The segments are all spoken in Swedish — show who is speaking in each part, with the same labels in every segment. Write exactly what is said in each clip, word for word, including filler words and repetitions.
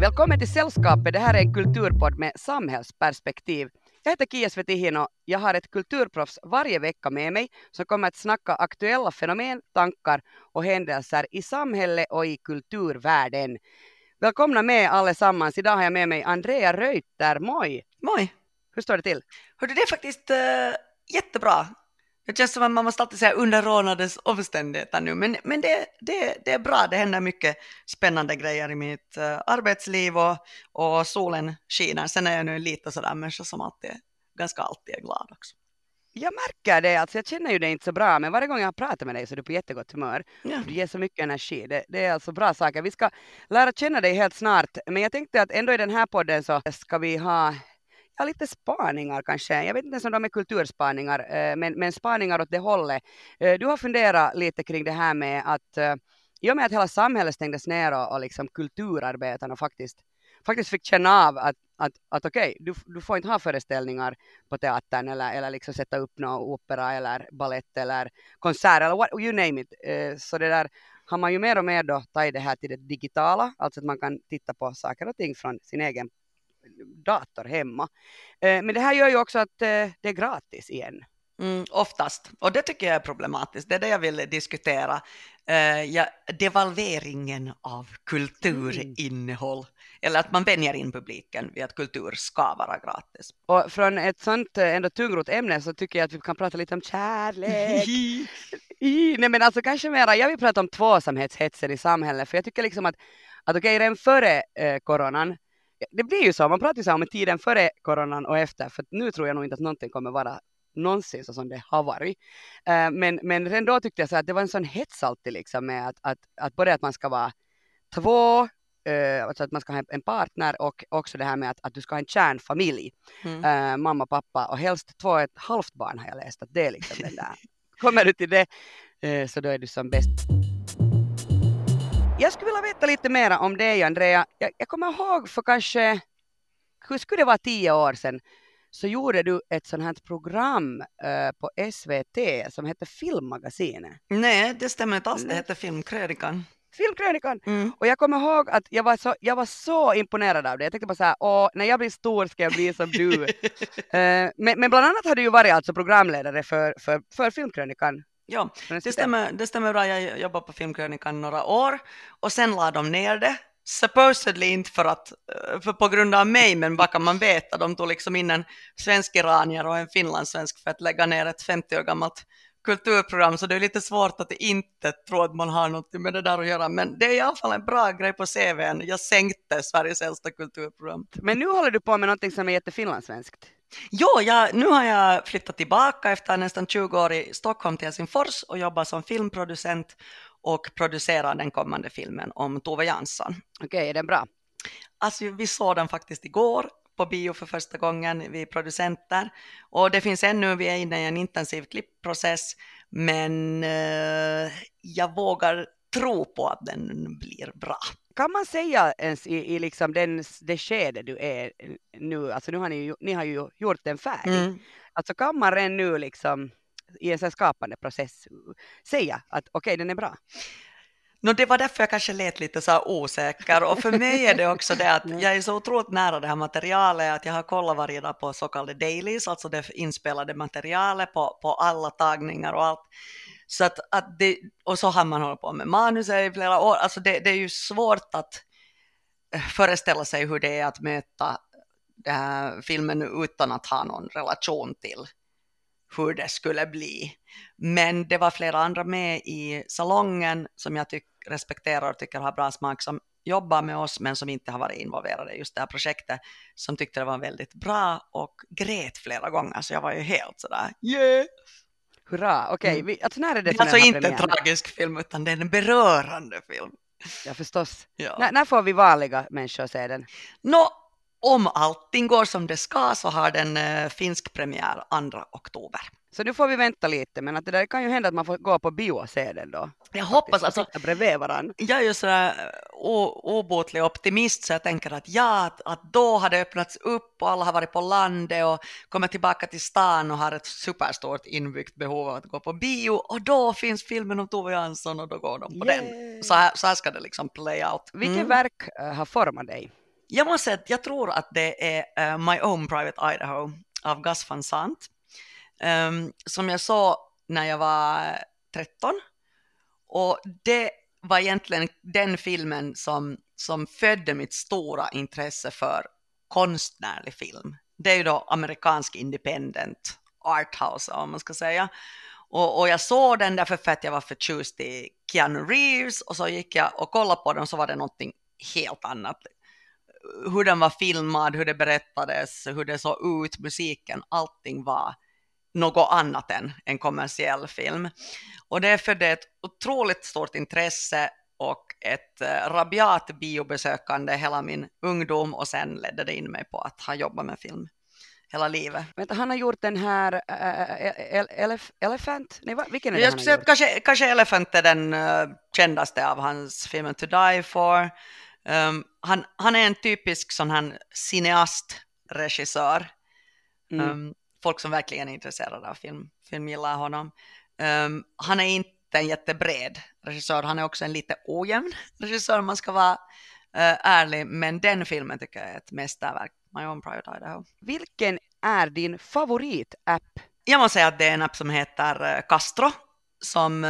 Speaker 1: Välkommen till Sällskapet. Det här är en kulturpodd med samhällsperspektiv. Jag heter Kia Svetihino. Jag har ett kulturproffs varje vecka med mig som kommer att snacka aktuella fenomen, tankar och händelser i samhället och i kulturvärlden. Välkomna med allesammans. Idag har jag med mig Andrea Reuter. Moi!
Speaker 2: Moi!
Speaker 1: Hur står det till?
Speaker 2: Hörde, det är faktiskt äh, jättebra. Det känns som att man måste alltid säga underordnades omständigheter nu. Men, men det, det, det är bra. Det händer mycket spännande grejer i mitt äh, arbetsliv och, och solen skiner. Sen är jag nu lite sådär människa som alltid är, ganska alltid är glad också.
Speaker 1: Jag märker det. Alltså jag känner ju det inte så bra. Men varje gång jag pratar med dig så är du på jättegott humör.
Speaker 2: Ja.
Speaker 1: Du ger så mycket energi. Det, det är alltså bra saker. Vi ska lära känna dig helt snart. Men jag tänkte att ändå i den här podden så ska vi ha... Ja, lite spaningar kanske. Jag vet inte ens om de är kulturspaningar, men, men spaningar åt det hållet. Du har funderat lite kring det här med att i och med att hela samhället stängdes ner och, och liksom kulturarbetarna faktiskt, faktiskt fick känna av att, att, att okej, okay, du, du får inte ha föreställningar på teatern eller, eller liksom sätta upp någon opera eller ballett eller konsert eller what, you name it. Så det där har man ju mer och mer då tagit det här till det digitala, alltså att man kan titta på saker och ting från sin egen dator hemma. Eh, men det här gör ju också att eh, det är gratis igen.
Speaker 2: Mm, oftast. Och det tycker jag är problematiskt. Det är det jag vill diskutera. Eh, ja, devalveringen av kulturinnehåll. Mm. Eller att man vänjer in publiken vid att kultur ska vara gratis.
Speaker 1: Och från ett sånt ändå tungrot ämne så tycker jag att vi kan prata lite om kärlek. I, nej men alltså kanske mera, jag vill prata om tvåsamhetshetser i samhället. För jag tycker liksom att, att okej, redan före eh, coronan det blir ju så, man pratar ju så om tiden före coronan och efter, för nu tror jag nog inte att någonting kommer vara någonsin så som det har varit. Uh, men, men redan då tyckte jag så att det var en sån hets alltid liksom med att, att, att både att man ska vara två, uh, alltså att man ska ha en partner och också det här med att, att du ska ha en kärnfamilj. Mm. Uh, mamma, pappa och helst två och ett halvt barn har jag läst att det är liksom den där. Kommer du till det uh, så då är du som bäst. Jag skulle vilja veta lite mer om dig, Andrea. Jag, jag kommer ihåg för kanske, hur skulle det vara tio år sedan, så gjorde du ett sånt här program uh, på S V T som heter Filmmagasinet.
Speaker 2: Nej, det stämmer inte alls. Det heter Filmkrönikan.
Speaker 1: Filmkrönikan. Mm. Och jag kommer ihåg att jag var, så, jag var så imponerad av det. Jag tänkte bara så här, åh, när jag blir stor ska jag bli som du. uh, men, men bland annat har du ju varit alltså programledare för, för, för Filmkrönikan.
Speaker 2: Ja, det stämmer, det stämmer bra. Jag jobbade på Filmkrönikan några år och sen la de ner det. Supposedly inte för att för på grund av mig, men vad kan man veta? De tog liksom in en svensk iranier och en finlandssvensk för att lägga ner ett femtio år gammalt kulturprogram, så det är lite svårt att inte tro att man har något med det där att göra, men det är i alla fall en bra grej på C V:n. Jag sänkte Sveriges äldsta kulturprogram.
Speaker 1: Men nu håller du på med någonting som är jättefinlandssvenskt.
Speaker 2: Jo, jag, nu har jag flyttat tillbaka efter nästan tjugo år i Stockholm till Helsingfors och jobbar som filmproducent och producerar den kommande filmen om Tove Jansson.
Speaker 1: Okej, okay, är den bra?
Speaker 2: Alltså, vi såg den faktiskt igår på bio för första gången, vi är producenter. Och det finns ännu, vi är inne i en intensiv klippprocess, men eh, jag vågar tro på att den blir bra.
Speaker 1: Kan man säga ens i, i liksom den, det skede du är nu, alltså nu har ni, ju, ni har ju gjort den färdig. Mm. Alltså kan man redan nu liksom i en så skapande process säga att okej, okay, den är bra?
Speaker 2: No, det var därför jag kanske lät lite så här osäker, och för mig är det också det att jag är så otroligt nära det här materialet att jag har kollat varje dag på så kallade dailies, alltså det inspelade materialet på, på alla tagningar och allt. Så att, att det, och så har man hållit på med manus i flera år. Alltså det, det är ju svårt att föreställa sig hur det är att möta den här filmen utan att ha någon relation till hur det skulle bli. Men det var flera andra med i salongen som jag tyck, respekterar och tycker har bra smak, som jobbar med oss men som inte har varit involverade i just det här projektet, som tyckte det var väldigt bra och grät flera gånger. Så jag var ju helt sådär, yeah!
Speaker 1: Hurra, okej. Okay. Mm. Alltså, när är det,
Speaker 2: det är alltså inte en tragisk film utan det är en berörande film.
Speaker 1: Ja, förstås.
Speaker 2: Ja.
Speaker 1: N- när får vi vanliga människor se den?
Speaker 2: Nå, om allting går som det ska så har den uh, finsk premiär andra oktober.
Speaker 1: Så nu får vi vänta lite, men att det där kan ju hända att man får gå på bio och se den då.
Speaker 2: Jag hoppas alltså.
Speaker 1: Bredvid varann.
Speaker 2: Jag är ju sådär obotlig optimist, så jag tänker att ja, att, att då har det öppnats upp och alla har varit på landet och kommer tillbaka till stan och har ett superstort inbyggt behov av att gå på bio, och då finns filmen om Tove Jansson och då går de på yeah. den. Så här, så här ska det liksom play out.
Speaker 1: Vilken mm. verk uh, har format dig?
Speaker 2: Jag måste säga att jag tror att det är uh, My Own Private Idaho av Gus Van Sant, um, som jag såg när jag var tretton, och det var egentligen den filmen som, som födde mitt stora intresse för konstnärlig film. Det är ju då amerikansk independent arthouse, om man ska säga. Och, och jag såg den därför för att jag var förtjust i Keanu Reeves, och så gick jag och kollade på den, och så var det någonting helt annat. Hur den var filmad, hur det berättades, hur det såg ut, musiken, allting var något annat än en kommersiell film. Och det födde ett otroligt stort intresse och ett uh, rabiat biobesökande hela min ungdom, och sen ledde det in mig på att ha jobbat med film hela livet.
Speaker 1: Vänta, han har gjort den här äh, elef, Elephant? Nej, va? Vilken är det
Speaker 2: Jag
Speaker 1: han
Speaker 2: skulle
Speaker 1: har
Speaker 2: säga att
Speaker 1: gjort?
Speaker 2: kanske, kanske Elephant är den uh, kändaste av hans filmer, To Die For. Um, han, han är en typisk sån här cineast-regissör.
Speaker 1: Mm.
Speaker 2: Um, folk som verkligen är intresserade av film, film gillar honom. Um, han är inte en jättebred regissör, han är också en lite ojämn regissör, man ska vara uh, ärlig, men den filmen tycker jag är ett mästerverk, My Own Private Idaho.
Speaker 1: Vilken är din favoritapp?
Speaker 2: Jag måste säga att det är en app som heter Castro, som uh,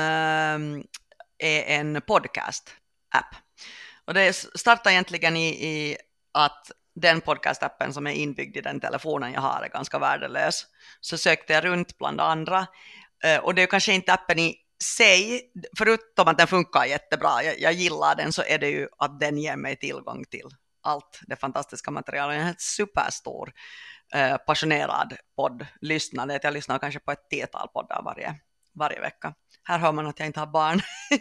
Speaker 2: är en podcast-app. Och det startar egentligen i, i att den podcastappen som är inbyggd i den telefonen jag har är ganska värdelös. Så sökte jag runt bland andra. Och det är kanske inte appen i sig, förutom att den funkar jättebra, jag, jag gillar den, så är det ju att den ger mig tillgång till allt det fantastiska materialet. Jag är en superstor, eh, passionerad poddlyssnare. Jag lyssnar kanske på ett tiotal poddar varje, varje vecka. Här hör man att jag inte har barn.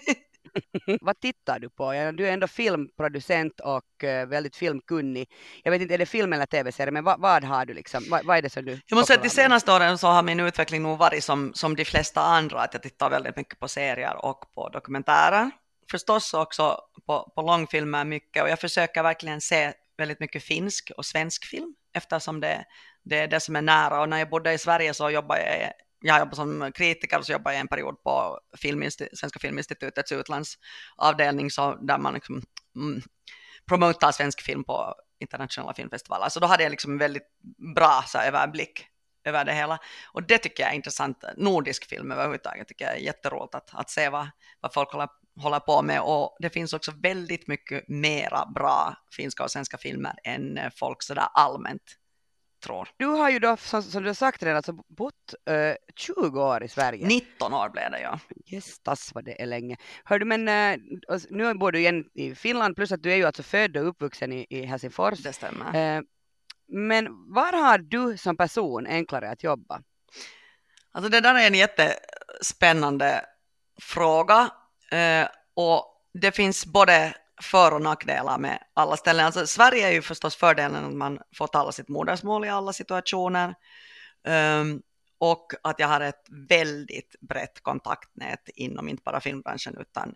Speaker 1: Vad tittar du på? Du är ändå filmproducent och uh, väldigt filmkunnig. Jag vet inte, är det film eller tv-serie, men vad, vad har du liksom? Vad, vad är det som du...
Speaker 2: Jag måste säga att de senaste åren så har min utveckling nog varit som, som de flesta andra, att jag tittar väldigt mycket på serier och på dokumentärer. Förstås också på, på långfilmer mycket, och jag försöker verkligen se väldigt mycket finsk och svensk film, eftersom det, det är det som är nära. Och när jag bodde i Sverige så jobbade jag Jag jobbade som kritiker, och så jobbade jag en period på Filminsti- Svenska Filminstitutets utlandsavdelning, så där man liksom, mm, promotar svensk film på internationella filmfestivaler. Så då hade jag liksom en väldigt bra så här, överblick över det hela. Och det tycker jag är intressant. Nordisk film överhuvudtaget tycker jag är jätteroligt att, att se vad, vad folk håller, håller på med. Och det finns också väldigt mycket mera bra finska och svenska filmer än folk sådär allmänt tror.
Speaker 1: Du har ju då, som, som du har sagt redan, alltså bott uh, tjugo år i Sverige.
Speaker 2: nitton år blev det, ja.
Speaker 1: Gästas vad det är länge. Hör du, men uh, nu bor du igen i Finland, plus att du är ju alltså född och uppvuxen i, i Helsingfors.
Speaker 2: Det stämmer.
Speaker 1: Uh, men var har du som person enklare att jobba?
Speaker 2: Alltså det där är en jättespännande fråga, uh, och det finns både för- och nackdelar med alla ställen. Alltså Sverige är ju förstås fördelen att man får tala sitt modersmål i alla situationer, um, och att jag har ett väldigt brett kontaktnät inom inte bara filmbranschen utan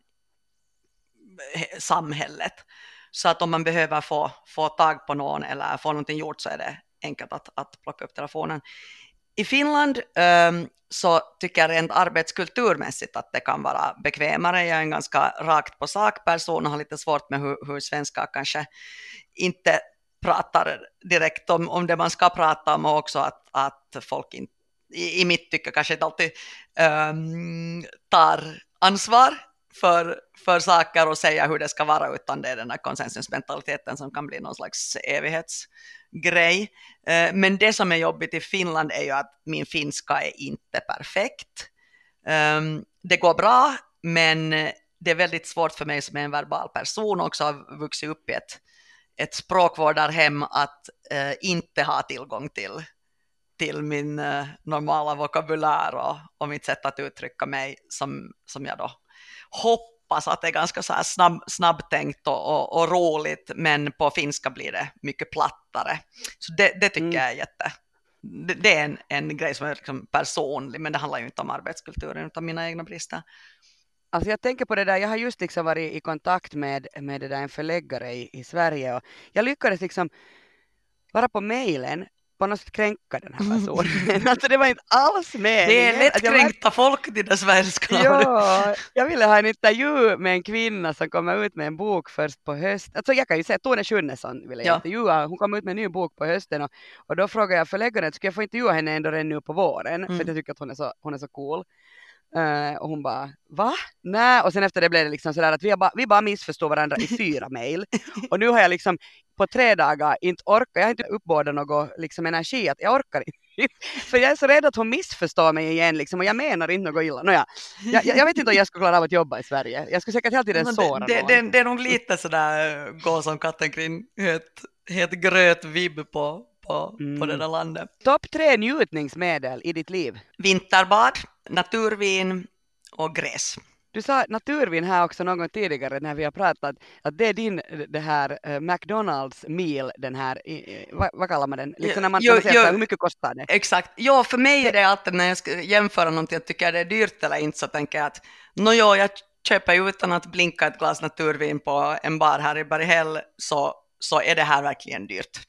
Speaker 2: samhället. Så att om man behöver få, få tag på någon eller få någonting gjort, så är det enkelt att, att plocka upp telefonen. I Finland um, så tycker jag rent arbetskulturmässigt att det kan vara bekvämare. Jag är en ganska rakt på sak person och har lite svårt med hur, hur svenskar kanske inte pratar direkt om, om det man ska prata om, och också att, att folk inte, i, i mitt tycke kanske inte alltid um, tar ansvar för, för saker och säger hur det ska vara, utan det är den här konsensusmentaliteten som kan bli någon slags evighetsgrej. Men det som är jobbigt i Finland är ju att min finska är inte perfekt. Det går bra, men det är väldigt svårt för mig som är en verbal person, också har vuxit upp i ett, ett språkvårdarhem, att inte ha tillgång till till min uh, normala vokabulär och, och mitt sätt att uttrycka mig, som, som jag då hoppas att det är ganska så här snabb, snabbtänkt och, och, och roligt, men på finska blir det mycket plattare. Så det, det tycker mm. jag är jätte... Det, det är en, en grej som är liksom personlig, men det handlar ju inte om arbetskulturen utan mina egna brister.
Speaker 1: Alltså jag tänker på det där, jag har just liksom varit i kontakt med, med det där en förläggare i, i Sverige, och jag lyckades liksom vara på mejlen. på något sätt kränka den här personen. Alltså det var inte alls meningen.
Speaker 2: Det är
Speaker 1: Att jag
Speaker 2: lättkränkta folk, de där svenskar.
Speaker 1: Ja, jag ville ha en intervju med en kvinna som kommer ut med en bok först på hösten. Alltså jag kan ju säga Tone Schunnesson ville jag
Speaker 2: Ja.
Speaker 1: intervjua. Hon kom ut med en ny bok på hösten och, och då frågade jag förläggaren, ska jag få intervjua henne ändå redan nu på våren?
Speaker 2: Mm.
Speaker 1: För att jag tycker att hon är så, hon är så cool. Uh, och hon bara, va? Nej. Och sen efter det blev det liksom sådär att vi, bara, vi bara missförstår varandra i fyra mejl. Och nu har jag liksom på tre dagar inte orkat, jag har inte uppbådat någon liksom energi att jag orkar inte. För jag är så rädd att hon missförstår mig igen liksom, och jag menar inte något illa. Nåja, jag, jag vet inte om jag skulle klara av att jobba i Sverige. Jag skulle säkert hela tiden såra
Speaker 2: det,
Speaker 1: någon.
Speaker 2: det, det, det är nog lite sådär gå som katten kring het, het gröt vibb på, på,
Speaker 1: Mm.
Speaker 2: på det där landet.
Speaker 1: Topp tre njutningsmedel i ditt liv.
Speaker 2: Vinterbad, naturvin och gräs.
Speaker 1: Du sa naturvin här också någon gång tidigare när vi har pratat att det är din det här uh, McDonalds meal, den här, i, vad, vad kallar man den? Liksom när man,
Speaker 2: Jo,
Speaker 1: när man säger
Speaker 2: jo.
Speaker 1: så här, hur mycket kostar det?
Speaker 2: Exakt. Ja, för mig är det alltid när jag ska jämföra någonting, jag tycker det är dyrt eller inte, så tänker jag att nå jo, jag köper utan att blinka ett glas naturvin på en bar här i Berghäll, så, så är det här verkligen dyrt.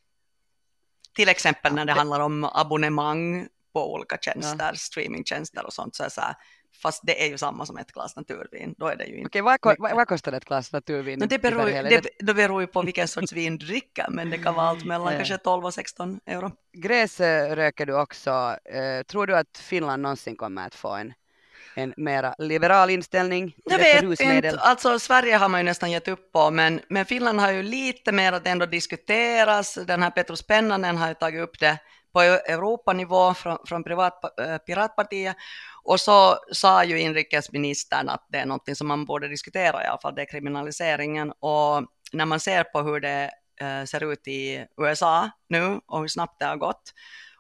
Speaker 2: Till exempel när det handlar om abonnemang på olika tjänster, streamingtjänster och sånt, så är så här, fast det är ju samma som ett glas naturvin, då är det ju inte.
Speaker 1: Okej, vad, vad, vad kostar ett glas naturvin?
Speaker 2: No, det,
Speaker 1: i
Speaker 2: beror,
Speaker 1: Berghäll?
Speaker 2: det, det beror ju på vilken sorts vin du dricker, men det kan vara allt mellan
Speaker 1: Ja.
Speaker 2: kanske tolv och sexton euro.
Speaker 1: Gräs eh, röker du också. Eh, tror du att Finland någonsin kommer att få en, en mera liberal inställning till
Speaker 2: Jag
Speaker 1: detta
Speaker 2: vet
Speaker 1: rusmedel?
Speaker 2: inte, alltså Sverige har man ju nästan gett upp på, men, men Finland har ju lite mer att ändå diskuteras. Den här Petrus Pennanen har ju tagit upp det på Europanivå från, från privat, äh, Piratpartiet, och så sa ju inrikesministern att det är något som man borde diskutera, i alla fall det är kriminaliseringen, och när man ser på hur det äh, ser ut i U S A nu och hur snabbt det har gått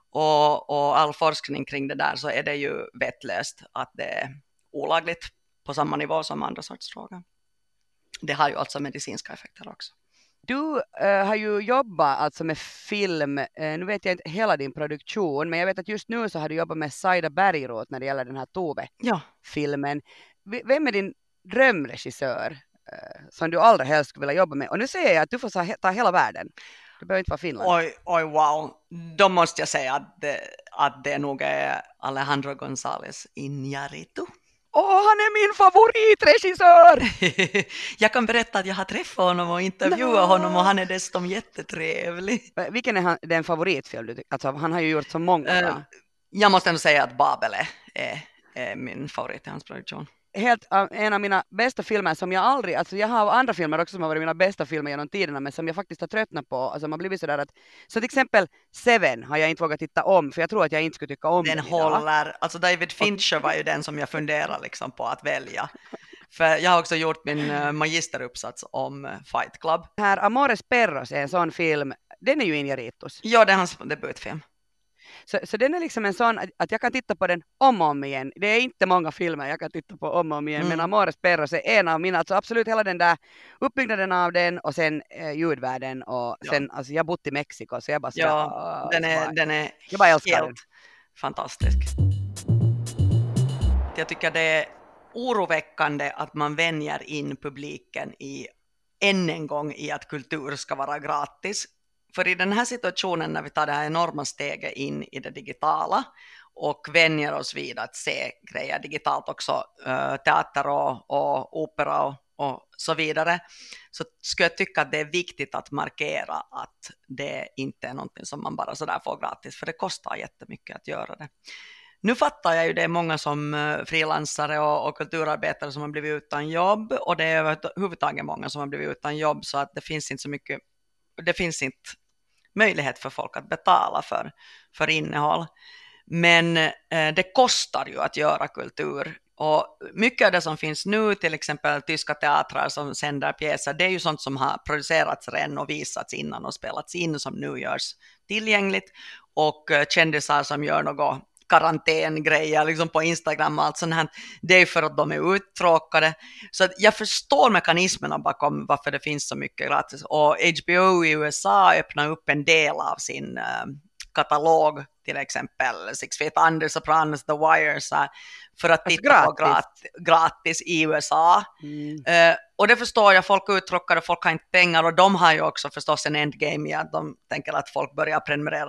Speaker 2: och, och all forskning kring det där, så är det ju vettlöst att det är olagligt på samma nivå som andra sorts droger. Det har ju alltså medicinska effekter också.
Speaker 1: Du äh, har ju jobbat alltså med film, äh, nu vet jag inte hela din produktion, men jag vet att just nu så har du jobbat med Saida Bergroth när det gäller den här Tove-filmen.
Speaker 2: Ja.
Speaker 1: Vem är din drömregissör äh, som du allra helst skulle vilja jobba med? Och nu säger jag att du får ta hela världen. Det behöver inte vara Finland.
Speaker 2: Oj, oj, wow. Då måste jag säga att det, att det nog är Alejandro González Iñárritu.
Speaker 1: Åh, oh, han är min favoritregissör!
Speaker 2: Jag kan berätta att jag har träffat honom och intervjuat no. honom, och han är dessutom jättetrevlig.
Speaker 1: Vilken är han, den favoritfilm du tycker? Alltså, han har ju gjort så många. Uh,
Speaker 2: jag måste ändå säga att Babel är, är min favorit i hans produktion.
Speaker 1: Helt en av mina bästa filmer som jag aldrig, alltså jag har andra filmer också som har varit mina bästa filmer genom tiderna, men som jag faktiskt har tröttnat på, alltså man har blivit sådär att, så till exempel Seven har jag inte vågat titta om, för jag tror att jag inte skulle tycka om den.
Speaker 2: Den håller, alltså David Fincher var ju den som jag funderar liksom på att välja, för jag har också gjort min magisteruppsats om Fight Club.
Speaker 1: Här Amores Perros är en sån film, den är ju Iñárritus.
Speaker 2: Ja, det är hans debutfilm.
Speaker 1: Så, så den är liksom en sån att jag kan titta på den om och om igen. Det är inte många filmer jag kan titta på om och om igen. Mm. Men Amores Perros är en av mina. Alltså absolut hela den där uppbyggnaden av den och sen eh, ljudvärlden. Och ja. sen, alltså jag har bott i Mexiko så jag bara...
Speaker 2: Ja, den är, den är
Speaker 1: jag bara älskar
Speaker 2: helt
Speaker 1: den.
Speaker 2: Fantastisk. Jag tycker det är oroväckande att man vänjer in publiken i än en gång i att kultur ska vara gratis. För i den här situationen när vi tar det här enorma steget in i det digitala och vänjer oss vid att se grejer digitalt också, äh, teater och, och opera och, och så vidare, så skulle jag tycka att det är viktigt att markera att det inte är någonting som man bara sådär får gratis, för det kostar jättemycket att göra det. Nu fattar jag ju det är många som uh, frilansare och, och kulturarbetare som har blivit utan jobb, och det är överhuvudtaget många som har blivit utan jobb, så att det finns inte så mycket, det finns inte möjlighet för folk att betala för, för innehåll. Men eh, det kostar ju att göra kultur, och mycket av det som finns nu, till exempel tyska teatrar som sänder pjäser, det är ju sånt som har producerats redan och visats innan och spelats in, som nu görs tillgängligt, och eh, kändisar som gör något karantängrejer liksom på Instagram och allt sånt här, det är för att de är uttråkade. Så att jag förstår mekanismerna bakom varför det finns så mycket gratis, och H B O i U S A öppnar upp en del av sin uh, katalog, till exempel Six Feet Under, Sopranos, The Wire, så här, för att titta alltså, på gratis. gratis i U S A. Mm. Uh, och det förstår jag, folk är uttråkade, folk har inte pengar, och de har ju också förstås en endgame i att de tänker att folk börjar prenumerera på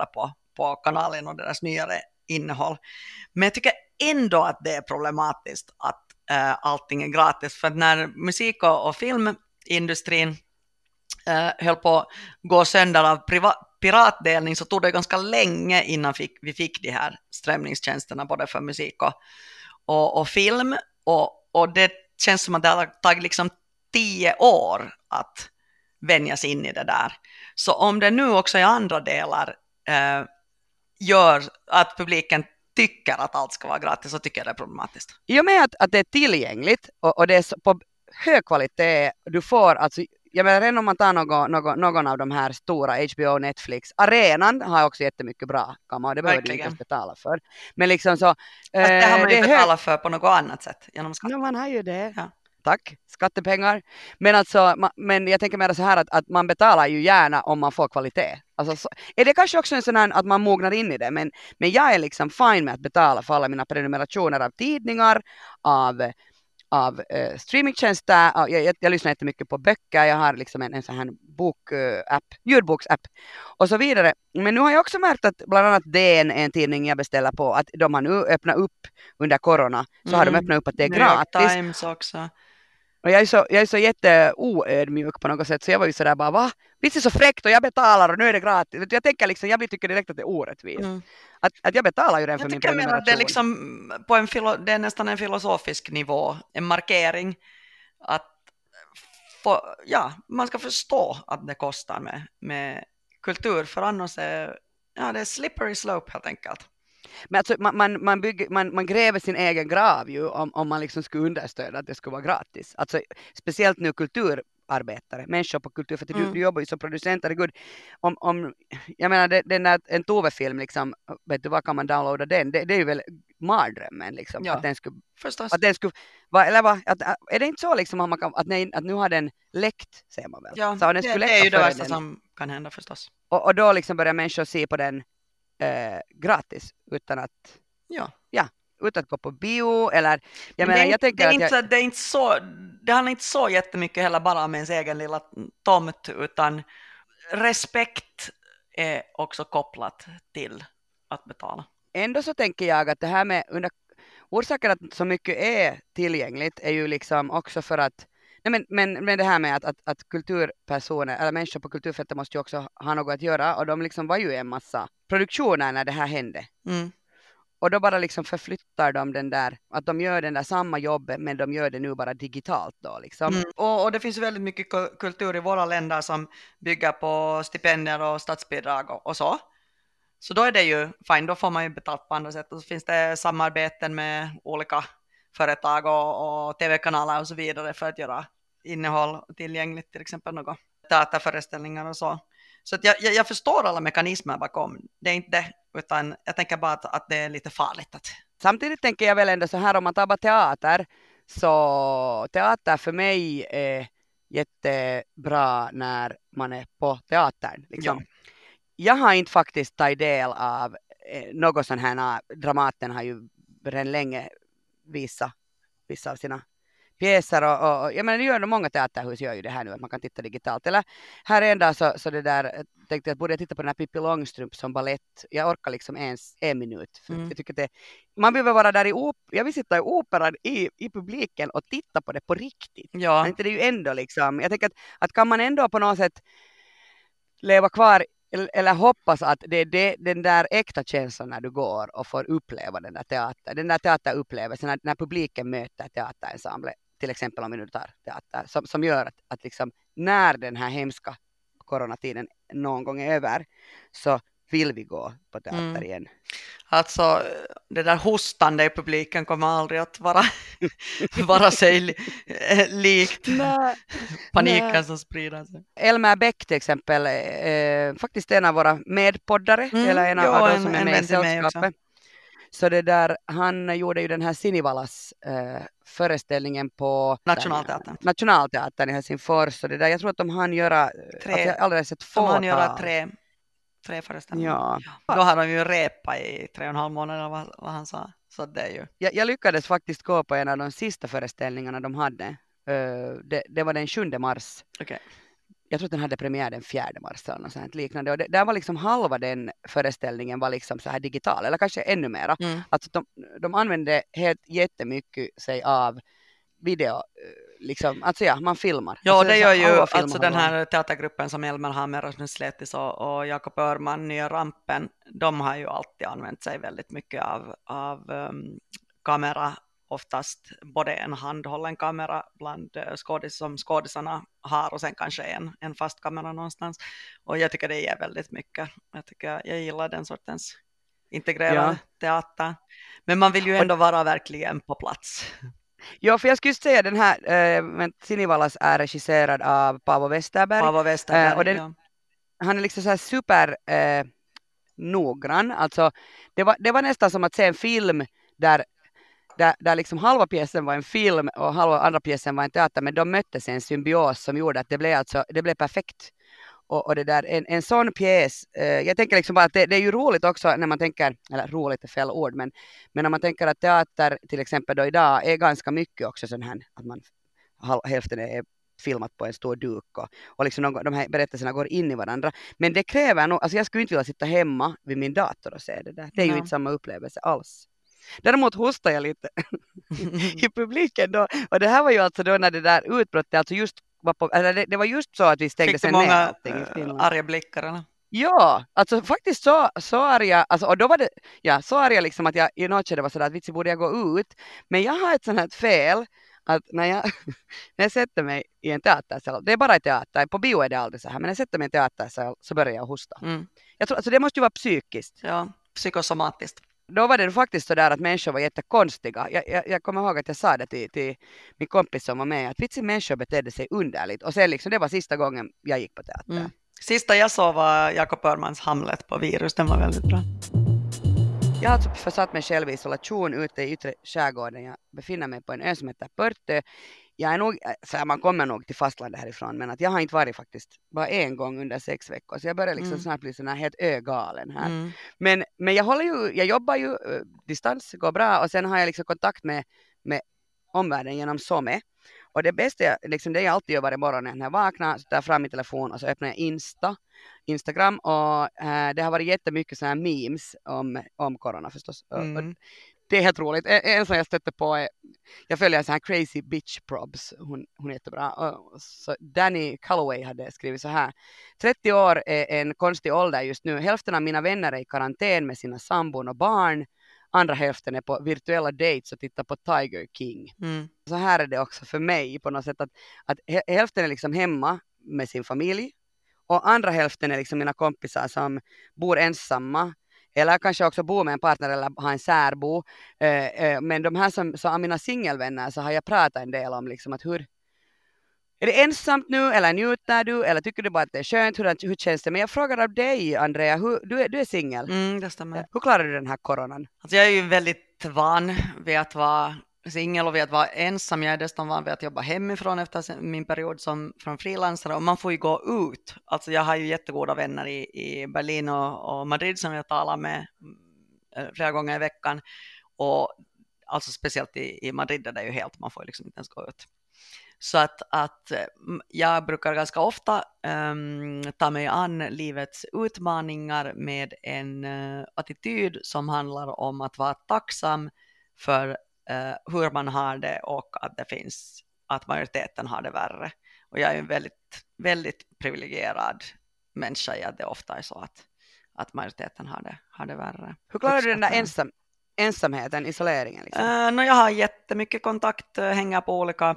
Speaker 2: på kanalen och deras nyare innehåll. Men jag tycker ändå att det är problematiskt att äh, allting är gratis. För att när musik- och, och filmindustrin äh, höll på att gå sönder av priva- piratdelning så tog det ganska länge innan fick, vi fick de här strömningstjänsterna både för musik och, och, och film. Och, och det känns som att det har tagit liksom tio år att vänja sig in i det där. Så om det nu också i andra delar äh, gör att publiken tycker att allt ska vara gratis så tycker jag det är problematiskt.
Speaker 1: I och med att, att det är tillgängligt och, och det är på hög kvalitet, du får alltså, jag menar redan om man tar någon, någon, någon av de här stora H B O, Netflix, arenan har också jättemycket bra kammar, det behöver du inte ens betala för. Men liksom så...
Speaker 2: Fast det har man ju
Speaker 1: eh,
Speaker 2: betalat
Speaker 1: hög...
Speaker 2: för på något annat sätt, genom skatt.
Speaker 1: No, man har ju det.
Speaker 2: Ja.
Speaker 1: Tack, skattepengar. Men, alltså, ma, men jag tänker mer så här att, att man betalar ju gärna om man får kvalitet. Alltså, så, är det kanske också en sån här att man mognar in i det, men, men jag är liksom fine med att betala för alla mina prenumerationer av tidningar, av, av uh, streamingtjänster. Uh, jag, jag, jag lyssnar jättemycket på böcker, jag har liksom en, en sån här bokapp, uh, ljudboksapp och så vidare. Men nu har jag också märkt att bland annat D N är en tidning jag beställer på, att de har nu öppnat upp under corona, så mm. har de öppnat upp att det är
Speaker 2: New York
Speaker 1: gratis.
Speaker 2: Times också.
Speaker 1: Och jag är så, jag är så jätteoödmjuk på något sätt, så jag var ju sådär bara, va? Visst är så fräckt och jag betalar och nu är det gratis. Jag tänker liksom, jag tycker direkt att det är orättvist. Mm. Att, att jag betalar ju den för
Speaker 2: jag
Speaker 1: min prenumeration.
Speaker 2: Jag tycker att det är liksom på en filo, det är nästan en filosofisk nivå, en markering att få, ja, man ska förstå att det kostar med, med kultur, för annars är ja, det är slippery slope helt enkelt.
Speaker 1: Men alltså, man, man, man, bygger, man, man gräver sin egen grav ju om, om man liksom skulle understöda att det skulle vara gratis. Alltså, speciellt nu kulturarbetare, människor på kultur, för mm. du, du jobbar ju som producent, herregud. Om, om, jag menar, det, den där, en Tove-film, liksom, vet du vad kan man downloada den? Det, det är ju väl mardrömmen, liksom,
Speaker 2: ja,
Speaker 1: att den skulle,
Speaker 2: förstås.
Speaker 1: Att den skulle va, eller va, att, är det inte så liksom, att, man kan, att, nej, att nu har den läckt, säger man väl?
Speaker 2: Ja,
Speaker 1: så den
Speaker 2: det, det är ju det värsta som kan hända förstås.
Speaker 1: Och, och då liksom börjar människor se på den Eh, gratis utan att
Speaker 2: ja.
Speaker 1: Ja, utan att gå på bio eller jag
Speaker 2: Men
Speaker 1: menar,
Speaker 2: det,
Speaker 1: jag tänker
Speaker 2: det, är
Speaker 1: att
Speaker 2: inte,
Speaker 1: jag...
Speaker 2: det är inte så det handlar inte så jättemycket heller bara om ens egen lilla tomt, utan respekt är också kopplat till att betala.
Speaker 1: Ändå så tänker jag att det här med under orsaken att så mycket är tillgängligt är ju liksom också för att nej men, men, men det här med att, att, att kulturpersoner eller människor på kulturfältet måste ju också ha något att göra, och de liksom var ju en massa produktioner när det här hände.
Speaker 2: Mm.
Speaker 1: Och då bara liksom förflyttar de den där, att de gör den där samma jobbet, men de gör det nu bara digitalt då liksom.
Speaker 2: Mm. Och, och det finns väldigt mycket kultur i våra länder som bygger på stipendier och statsbidrag och, och så. Så då är det ju fine, då får man ju betalt på andra sätt. Och så finns det samarbeten med olika företag och, och tv-kanaler och så vidare för att göra innehåll tillgängligt, till exempel något teaterföreställningar och så. Så att jag, jag, jag förstår alla mekanismer bakom. Det är inte det, utan jag tänker bara att, att det är lite farligt. Att...
Speaker 1: Samtidigt tänker jag väl ändå så här, om man tar bara teater, så teater för mig är jättebra när man är på teatern. Liksom.
Speaker 2: Ja.
Speaker 1: Jag har inte faktiskt tagit del av eh, något sån här, Dramaten har ju redan länge visat vissa av sina pjäser och, och jag menar, det gör många teaterhus gör ju det här nu, att man kan titta digitalt. Eller här en dag så, så det där, tänkte jag att borde jag titta på den här Pippi Långstrump som ballett. Jag orkar liksom ens en minut. För mm. jag tycker det, man behöver vara där i op, jag vill sitta i operan i, i publiken och titta på det på riktigt.
Speaker 2: Ja.
Speaker 1: Men det är ju ändå liksom, jag tänker att, att kan man ändå på något sätt leva kvar eller hoppas att det är det, den där äkta känslan när du går och får uppleva den där teater, den där teaterupplevelsen när, när publiken möter teaterensemble, till exempel om vi nu tar teater, som, som gör att, att liksom, när den här hemska coronatiden någon gång är över, så vill vi gå på teater mm. igen.
Speaker 2: Alltså det där hostande i publiken kommer aldrig att vara, vara sig li, likt nä, paniken nä. Som sprider sig.
Speaker 1: Elmer Bäck till exempel, eh, faktiskt en av våra medpoddare, mm, eller en av,
Speaker 2: jo,
Speaker 1: av de
Speaker 2: en,
Speaker 1: som är med i sällskapet. Så det där, han gjorde ju den här Sinivalas eh, föreställningen på
Speaker 2: Nationalteatern.
Speaker 1: Den, Nationalteatern i Helsingfors. Så det där, jag tror att de hann göra,
Speaker 2: tre,
Speaker 1: att jag aldrig sett få.
Speaker 2: De hann göra tre, tre föreställningar.
Speaker 1: Ja.
Speaker 2: Då har de ju repa i tre och en halv månader vad, vad han sa. Så det är ju.
Speaker 1: Jag, jag lyckades faktiskt gå på en av de sista föreställningarna de hade. Uh, det, det var den sjunde mars.
Speaker 2: Okay.
Speaker 1: jag tror att den hade premiär den fjärde mars eller något sånt liknande. Och det, där var liksom halva den föreställningen var liksom så här digital, eller kanske ännu mera.
Speaker 2: Mm.
Speaker 1: Alltså de, de använde helt jättemycket sig av video, eh, liksom, alltså ja, man filmar.
Speaker 2: Ja,
Speaker 1: alltså,
Speaker 2: det
Speaker 1: så
Speaker 2: gör ju
Speaker 1: halva filmen
Speaker 2: alltså
Speaker 1: har
Speaker 2: den
Speaker 1: de-
Speaker 2: här teatergruppen som Elmer Hammer, Rasmus Slettis och, och Jakob Örman, Nya Rampen, de har ju alltid använt sig väldigt mycket av, av um, kamera, oftast både en handhållen kamera bland uh, skådis som skådisarna har och sen kanske en, en fast kamera någonstans. Och jag tycker det är väldigt mycket. Jag tycker jag gillar den sortens integrerad
Speaker 1: Ja.
Speaker 2: teater. Men man vill ju ändå vara verkligen på plats.
Speaker 1: Ja, för jag skulle säga den här, äh, men Sinivalas är regisserad av Paavo Westerberg.
Speaker 2: Paavo Westerberg,
Speaker 1: Eh, och den,
Speaker 2: ja.
Speaker 1: Han är liksom så här super eh, noggrann. Alltså, det, var, det var nästan som att se en film där, där, där liksom halva pjäsen var en film och halva andra pjäsen var en teater, men de möttes i en symbios som gjorde att det blev, alltså, det blev perfekt. Och, och det där, en, en sån pjäs, eh, jag tänker liksom bara att det, det är ju roligt också när man tänker, eller roligt är fel ord, men, men när man tänker att teater till exempel då idag är ganska mycket också sån här, att man hal- hälften är filmat på en stor duk och, och liksom de, de här berättelserna går in i varandra. Men det kräver nog, alltså jag skulle inte vilja sitta hemma vid min dator och se det där. Det är ju
Speaker 2: Ja.
Speaker 1: inte samma upplevelse alls. Däremot hostar jag lite i, i publiken då. Och det här var ju alltså då när det där utbrottet alltså just var på, eller det, det var just så att vi stängde
Speaker 2: Fick du
Speaker 1: sen ner
Speaker 2: många
Speaker 1: allting i
Speaker 2: uh,
Speaker 1: Finland.
Speaker 2: arga blickar eller?
Speaker 1: Ja, alltså faktiskt så, så arga, alltså, och då var det, ja, så arga liksom att jag i något skede var sådär att vitsi borde jag gå ut. Men jag har ett sånt här fel att när jag, när jag sätter mig i en teatersal, det är bara i teater, på bio är det aldrig så här, men när jag sätter mig i en teatersal så börjar jag hosta.
Speaker 2: Mm.
Speaker 1: Jag tror, alltså det måste ju vara psykiskt.
Speaker 2: Ja, psykosomatiskt.
Speaker 1: Då var det faktiskt så där att människor var jättekonstiga. Jag, jag, jag kommer ihåg att jag sa det till, till min kompis som var med, att vitsi människor betedde sig underligt. Och sen liksom, det var sista gången jag gick på teater.
Speaker 2: Mm. Sista jag såg var Jakob Örmans Hamlet på Virus, den var väldigt bra.
Speaker 1: Jag har alltså försatt mig själv i isolation ute i yttre skärgården. Jag befinner mig på en ö som heter Pörtö. Jag är nog, så här, man kommer nog till fastlandet härifrån, men att jag har inte varit faktiskt bara en gång under sex veckor. Så jag börjar liksom
Speaker 2: Mm.
Speaker 1: snart bli sån här helt ögalen här.
Speaker 2: Mm.
Speaker 1: Men, men jag håller ju, jag jobbar ju, uh, distans går bra och sen har jag liksom kontakt med, med omvärlden genom Some. Och det bästa jag, liksom det jag alltid gör varje morgon när jag vaknar, så tar jag fram min telefon och så öppnar jag Insta, Instagram och äh, det har varit jättemycket sådana här memes om, om corona förstås.
Speaker 2: Mm.
Speaker 1: Och, och det är helt roligt. En, en som jag stötte på är, jag följer en sån här Crazy Bitch Probs, hon, hon är jättebra. Och, så Danny Calloway hade skrivit så här: trettio år är en konstig ålder just nu. Hälften av mina vänner är i karantän med sina sambon och barn. Andra hälften är på virtuella dates och tittar på Tiger King.
Speaker 2: Mm.
Speaker 1: Så här är det också för mig på något sätt att, att hälften är liksom hemma med sin familj och andra hälften är liksom mina kompisar som bor ensamma eller kanske också bor med en partner eller har en särbo. Eh, eh, men de här som, som mina singelvänner så har jag pratat en del om liksom att hur är det ensamt nu eller njuter du eller tycker du bara att det är skönt, hur, hur känns det? Men jag frågar av dig Andrea, hur, du är, du är singel.
Speaker 2: Mm, det stämmer.
Speaker 1: Hur klarar du den här coronan?
Speaker 2: Alltså jag är ju väldigt van vid att vara singel och vid att vara ensam. Jag är dessutom van vid att jobba hemifrån efter min period som från frilansare och man får ju gå ut. Alltså jag har ju jättegoda vänner i, i Berlin och, och Madrid som jag talar med flera gånger i veckan och alltså speciellt i, i Madrid där det är ju helt, man får ju liksom inte ens gå ut. Så att, att jag brukar ganska ofta um, ta mig an livets utmaningar med en uh, attityd som handlar om att vara tacksam för uh, hur man har det och att det finns, att majoriteten har det värre. Och jag är en väldigt, väldigt privilegierad människa. Ja, det ofta är så att, att majoriteten har det, har det värre.
Speaker 1: Hur klarar du den där ensam, ensamheten, isoleringen? Liksom?
Speaker 2: Uh, no, jag har jättemycket kontakt, uh, hänger på olika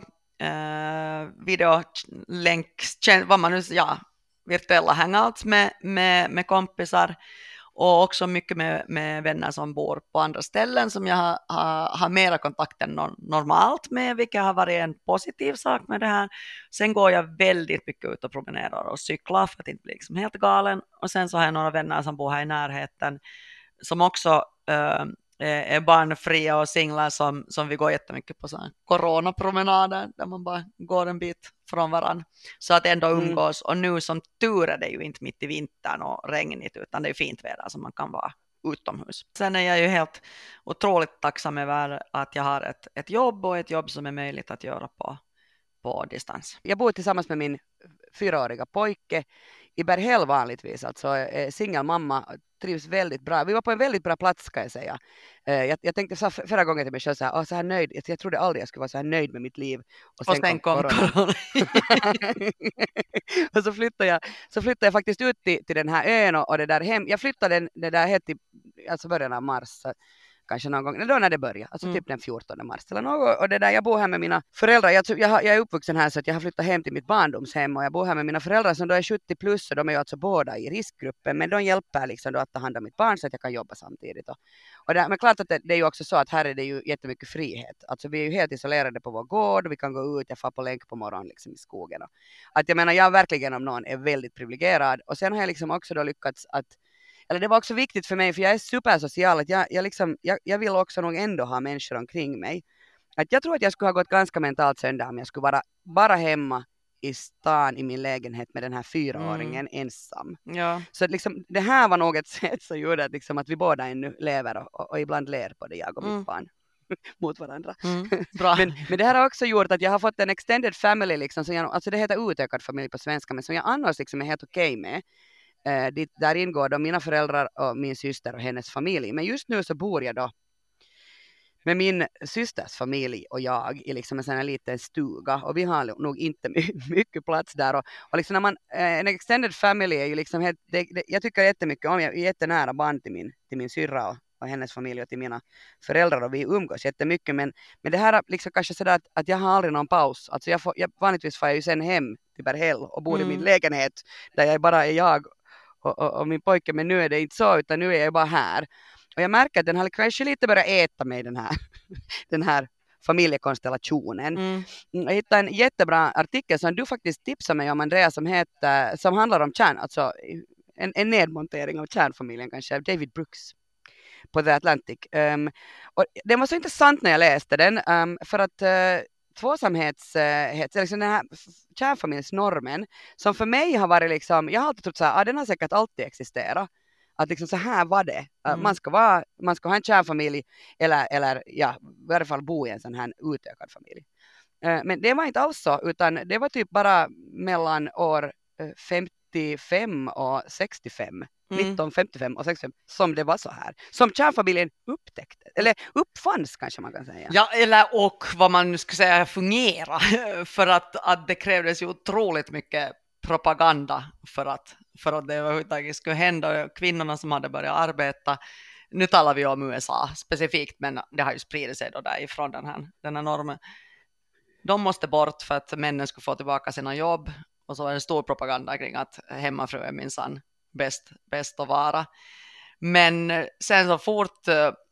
Speaker 2: Uh, videolänk, vad man nu, ja, virtuella hangouts med, med, med kompisar och också mycket med, med vänner som bor på andra ställen som jag har, har, har mera kontakt än normalt med, vilket har varit en positiv sak med det här. Sen går jag väldigt mycket ut och promenerar och cyklar för att inte bli liksom helt galen och sen så har jag några vänner som bor här i närheten som också uh, är barnfria och singlar som, som vi går jättemycket på sådana coronapromenader där man bara går en bit från varann så att ändå umgås. Mm. Och nu som tur är det ju inte mitt i vintern och regnigt utan det är fint väder så man kan vara utomhus. Sen är jag ju helt otroligt tacksam över att jag har ett, ett jobb och ett jobb som är möjligt att göra på, på distans?
Speaker 1: Jag bor tillsammans med min fyraåriga pojke i Berghäll vanligtvis, alltså eh, singelmamma, trivs väldigt bra. Vi var på en väldigt bra plats ska jag säga. Eh, jag, jag tänkte så här, förra gången till mig själv så här, åh, så här nöjd, jag, jag trodde aldrig jag skulle vara så här nöjd med mitt liv. Och sen,
Speaker 2: Och sen
Speaker 1: kom
Speaker 2: kom
Speaker 1: corona.
Speaker 2: corona.
Speaker 1: Och så flyttade jag, så flyttade jag faktiskt ut till, till den här ön och, och det där hem. Jag flyttade den, det där helt i alltså början av mars. Så, kanske någon gång, då när det börjar, alltså
Speaker 2: Mm.
Speaker 1: typ den fjortonde mars eller något, och det där, jag bor här med mina föräldrar, jag, jag, har- jag är uppvuxen här så att jag har flyttat hem till mitt barndomshem och jag bor här med mina föräldrar som då är sjuttio plus och de är ju alltså båda i riskgruppen, men de hjälper liksom då att ta hand om mitt barn så att jag kan jobba samtidigt. Och, och det, men klart att det, det är ju också så att här är det ju jättemycket frihet, alltså vi är ju helt isolerade på vår gård, vi kan gå ut, jag får på länk på morgonen liksom i skogen. Och, att jag menar, jag verkligen om någon är väldigt privilegierad och sen har jag liksom också då lyckats att eller det var också viktigt för mig, för jag är supersocial, att jag, jag, liksom, jag, jag vill också nog ändå ha människor omkring mig. Att jag tror att jag skulle ha gått ganska mentalt sönder om jag skulle vara bara hemma i stan i min lägenhet med den här fyraåringen mm. ensam.
Speaker 2: Ja.
Speaker 1: Så att liksom, det här var något sätt som gjorde att, liksom, att vi båda ännu lever och, och, och ibland ler på det, jag och mitt
Speaker 2: Mm.
Speaker 1: barn. Mot varandra.
Speaker 2: Mm. Bra.
Speaker 1: men, men det här har också gjort att jag har fått en extended family, liksom, som jag, alltså det heter utökad familj på svenska, men som jag annars liksom är helt okej med. Eh, dit, där ingår då mina föräldrar och min syster och hennes familj. Men just nu så bor jag då med min systers familj och jag i liksom en sån här liten stuga. Och vi har nog inte my- mycket plats där. Och, och liksom när man, eh, en extended family är ju liksom helt, det, det, jag tycker jättemycket om, jag är jättenära band till min, till min syrra och, och hennes familj och till mina föräldrar och vi umgås jättemycket. Men, men det här är liksom kanske sådär att, att jag har aldrig någon paus. Alltså jag får, jag, vanligtvis får jag ju sen hem till Berghäll och bor mm. i min lägenhet där jag bara är jag Och, och, och min pojke, men nu är det inte så, utan nu är jag bara här. Och jag märker att den har kanske lite börjat äta mig, den här, den här familjekonstellationen. Mm. Jag hittade en jättebra artikel som du faktiskt tipsade mig om, Andrea, som, heter, som handlar om kärn, alltså en, en nedmontering av kärnfamiljen kanske, av David Brooks på The Atlantic. Um, och det var så intressant när jag läste den, um, för att uh, tvåsamhetshet, liksom den här kärnfamiljsnormen som för mig har varit liksom, jag har alltid trott så här, ah, den har säkert alltid existerat. Att liksom så här var det. Mm. Man, ska vara, man ska ha en kärnfamilj eller, eller ja, i varje fall bo i en sån här utökad familj. Uh, men det var inte alls så, utan det var typ bara mellan år femtiofem och sextiofem. Mm. nitton femtiofem och sextiofem som det var så här. Som kärnfamiljen upptäckte. Eller uppfanns kanske man kan säga.
Speaker 2: Ja, eller och vad man nu ska säga fungera. För att, att det krävdes ju otroligt mycket propaganda för att, för att det överhuvudtaget skulle hända. Kvinnorna som hade börjat arbeta, nu talar vi om U S A specifikt, men det har ju spridit sig då därifrån den här, den här normen. De måste bort för att männen skulle få tillbaka sina jobb. Och så är det stor propaganda kring att hemmafru är minsann bäst, bäst att vara. Men sen så fort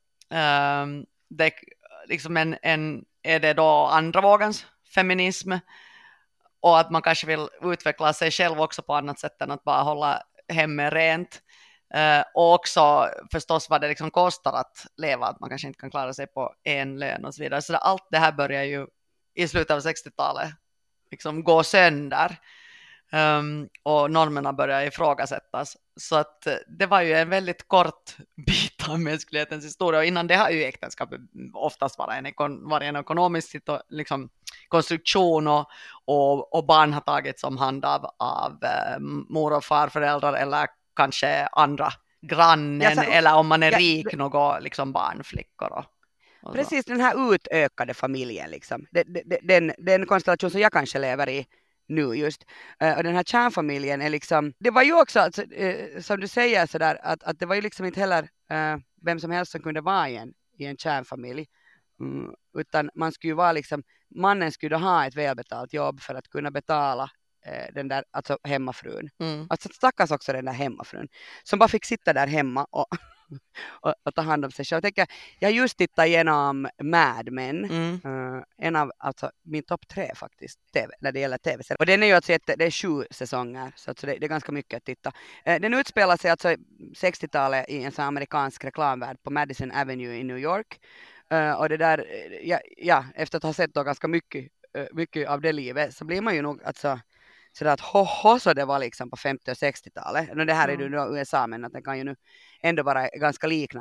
Speaker 2: äh, det liksom en, en, är det då andra vågens feminism och att man kanske vill utveckla sig själv också på annat sätt än att bara hålla hemmet rent. Äh, och också förstås vad det liksom kostar att leva, att man kanske inte kan klara sig på en lön och så vidare. Så allt det här börjar ju i slutet av sextiotalet liksom gå sönder. Um, och normerna börjar ifrågasättas. Så att det var ju en väldigt kort bit av mänsklighetens historia. Och innan det har ju äktenskapet oftast varit en, ekon- varit en ekonomisk liksom, konstruktion och, och, och barn har tagits om hand av, av um, mor- och farföräldrar eller kanske andra grannen sa, eller om man är ja, rik det, något liksom barnflickor. Och, och
Speaker 1: precis, den här utökade familjen liksom. Den, den, den, den konstellation som jag kanske lever i nu just. Uh, och den här kärnfamiljen är liksom, det var ju också alltså, uh, som du säger sådär, att, att det var ju liksom inte heller uh, vem som helst som kunde vara i en, i en kärnfamilj. Mm, utan man skulle ju vara liksom, mannen skulle ha ett välbetalt jobb för att kunna betala uh, den där, alltså hemmafrun. Mm. Alltså stackars också den där hemmafrun som bara fick sitta där hemma och Och, och ta hand om sig själv. Jag, tänker, jag har just tittat igenom Mad Men. Mm. Uh, en av alltså, min topp tre faktiskt T V, när det gäller tv-serier. Och den är ju alltså ett, det är sju säsonger. Så alltså det, det är ganska mycket att titta. Uh, den utspelar sig alltså sextiotalet i en sån amerikansk reklamvärld på Madison Avenue i New York. Uh, och det där, ja, ja, efter att ha sett då ganska mycket, uh, mycket av det livet så blir man ju nog alltså så att hoho så det var liksom på femtio- och sextiotalet. Det här är ju då U S A, men att det kan ju nu ändå vara ganska liknande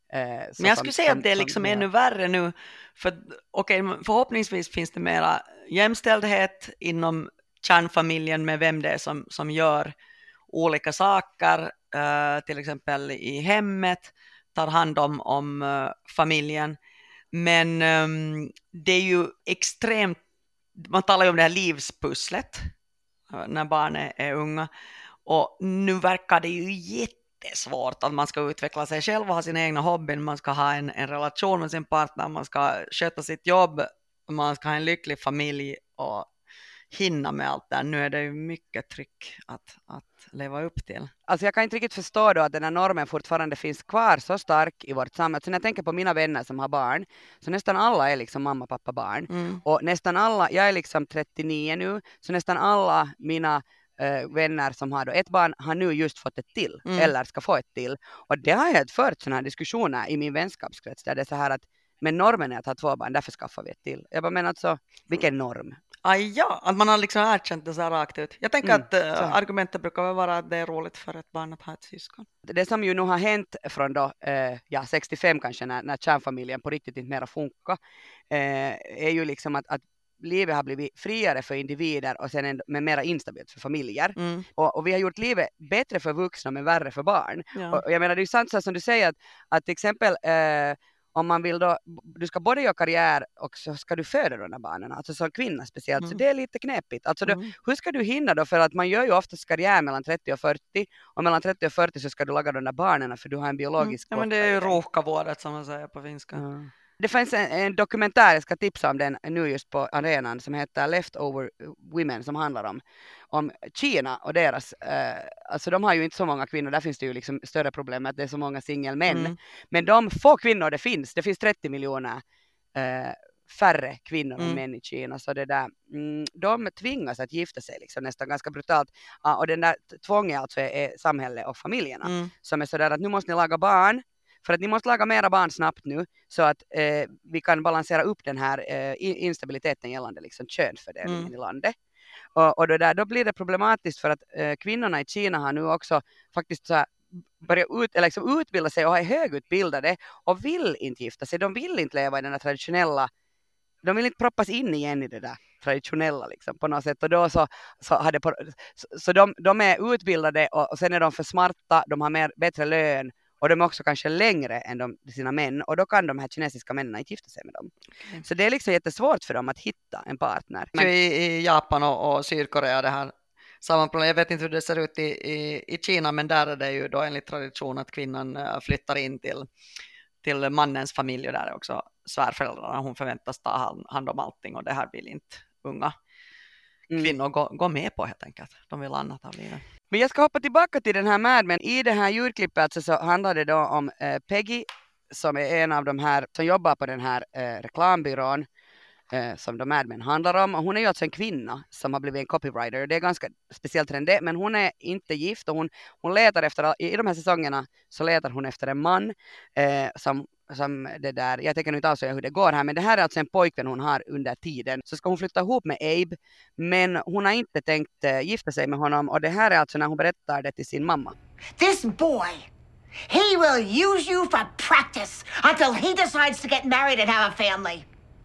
Speaker 1: Eh, så
Speaker 2: Men jag
Speaker 1: som,
Speaker 2: skulle säga
Speaker 1: som,
Speaker 2: att det är
Speaker 1: som
Speaker 2: liksom
Speaker 1: vi
Speaker 2: ännu
Speaker 1: har.
Speaker 2: värre nu. För okej, förhoppningsvis finns det mera jämställdhet inom kärnfamiljen med vem det är som, som gör olika saker, eh, till exempel i hemmet, tar hand om, om eh, familjen. Men ehm, det är ju extremt, man talar ju om det här livspusslet eh, när barn är, är unga. Och nu verkar det ju jättesvårt att man ska utveckla sig själv och ha sina egna hobbyn, man ska ha en, en relation med sin partner, man ska sköta sitt jobb, man ska ha en lycklig familj och hinna med allt där. Nu är det ju mycket tryck att, att leva upp till.
Speaker 1: Alltså jag kan inte riktigt förstå då att den här normen fortfarande finns kvar så stark i vårt samhälle. Så när jag tänker på mina vänner som har barn, så nästan alla är liksom mamma, pappa, barn.
Speaker 2: Mm.
Speaker 1: Och nästan alla, jag är liksom trettionio nu, så nästan alla mina eh, vänner som har då ett barn har nu just fått ett till,
Speaker 2: Mm.
Speaker 1: eller ska få ett till. Och det har jag fört sådana här diskussioner i min vänskapskrets, där det är så här att men normen är att ha två barn, därför skaffar vi ett till. Jag bara menar alltså, vilken norm?
Speaker 2: Aj, ja, att man har liksom erkänt det så här rakt ut. Jag tänker
Speaker 1: Mm,
Speaker 2: att uh,
Speaker 1: så.
Speaker 2: argumentet brukar väl vara att det är roligt för ett barn att ha ett syskon.
Speaker 1: Det som ju nu har hänt från då, eh, ja, sextiofem kanske, när, när kärnfamiljen på riktigt inte mera funkar, eh, är ju liksom att, att livet har blivit friare för individer och sen en, med mera instabilt för familjer.
Speaker 2: Mm.
Speaker 1: Och, och vi har gjort livet bättre för vuxna men värre för barn.
Speaker 2: Ja.
Speaker 1: Och, och jag menar det är ju sant så som du säger att, att till exempel eh, om man vill då, du ska både göra karriär och så ska du föda de här barnen, alltså som kvinna speciellt,
Speaker 2: Mm.
Speaker 1: så det är lite knepigt. Alltså
Speaker 2: Mm.
Speaker 1: då, hur ska du hinna då, för att man gör ju oftast karriär mellan trettio och fyrtio, och mellan trettio och fyrtio så ska du laga de där barnen för du har en
Speaker 2: Mm.
Speaker 1: biologisk
Speaker 2: Ja, men det är ju
Speaker 1: klocka i dig.
Speaker 2: råkavårdet som man säger på finska.
Speaker 1: Ja. Det finns en, en dokumentär, jag ska tipsa om den nu just på arenan, som heter Leftover Women, som handlar om, om Kina och deras, eh, alltså de har ju inte så många kvinnor, där finns det ju liksom större problem med att det är så många singelmän,
Speaker 2: Mm.
Speaker 1: men de få kvinnor det finns, det finns trettio miljoner eh, färre kvinnor än
Speaker 2: Mm.
Speaker 1: män i Kina, så det där, mm, de tvingas att gifta sig liksom, nästan ganska brutalt, ja, och den där tvånget alltså är, är samhället och familjerna,
Speaker 2: Mm.
Speaker 1: som är sådär att nu måste ni laga barn, för att ni måste laga mera barn snabbt nu, så att eh, vi kan balansera upp den här eh, instabiliteten gällande liksom könsfördelningen
Speaker 2: Mm.
Speaker 1: i landet. Och, och då, där, då blir det problematiskt, för att eh, kvinnorna i Kina har nu också faktiskt så här, börjat ut, eller liksom utbilda sig och är högutbildade och vill inte gifta sig. De vill inte leva i den här traditionella, de vill inte proppas in igen i det där traditionella liksom, på något sätt. Och då så, så, hade på, så, så de, de är utbildade och, och sen är de för smarta, de har mer, bättre lön och de är också kanske längre än de, sina män, och då kan de här kinesiska männen inte gifta sig med dem.
Speaker 2: Okay.
Speaker 1: Så det är liksom jättesvårt för dem att hitta en partner.
Speaker 2: Men i, i Japan och, och Sydkorea det här samma problem. Jag vet inte hur det ser ut i, i, i Kina, men där är det ju då enligt tradition att kvinnan flyttar in till, till mannens familj, och där är också svärföräldrarna. Hon förväntas ta hand, hand om allting, och det här vill inte unga kvinnor mm. gå, gå med på helt enkelt. De vill annat av livet.
Speaker 1: Men jag ska hoppa tillbaka till den här Mad Men. I det här ljudklippet alltså så handlar det då om eh, Peggy, som är en av de här som jobbar på den här eh, reklambyrån eh, som de Mad Men handlar om. Och hon är ju alltså en kvinna som har blivit en copywriter. Det är ganska speciellt trend, men hon är inte gift, och hon, hon letar efter, i de här säsongerna så letar hon efter en man eh, som som det där, jag tänker nu inte avslöja hur det går här, men det här är alltså en pojkvän hon har under tiden. Så ska hon flytta ihop med Abe, men hon har inte tänkt uh, gifta sig med honom, och det här är alltså när hon berättar det till sin mamma.
Speaker 3: This boy, he will use you for practice until he decides to get married and have a family.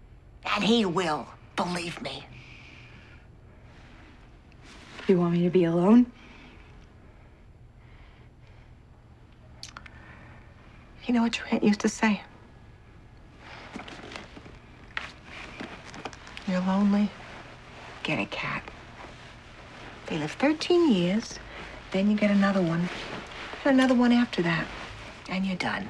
Speaker 3: And he will, believe me.
Speaker 4: You want me to be alone?
Speaker 3: You know what your aunt used to say? You're lonely, get a cat. They live thirteen years, then you get another one, and another one after that, and you're done.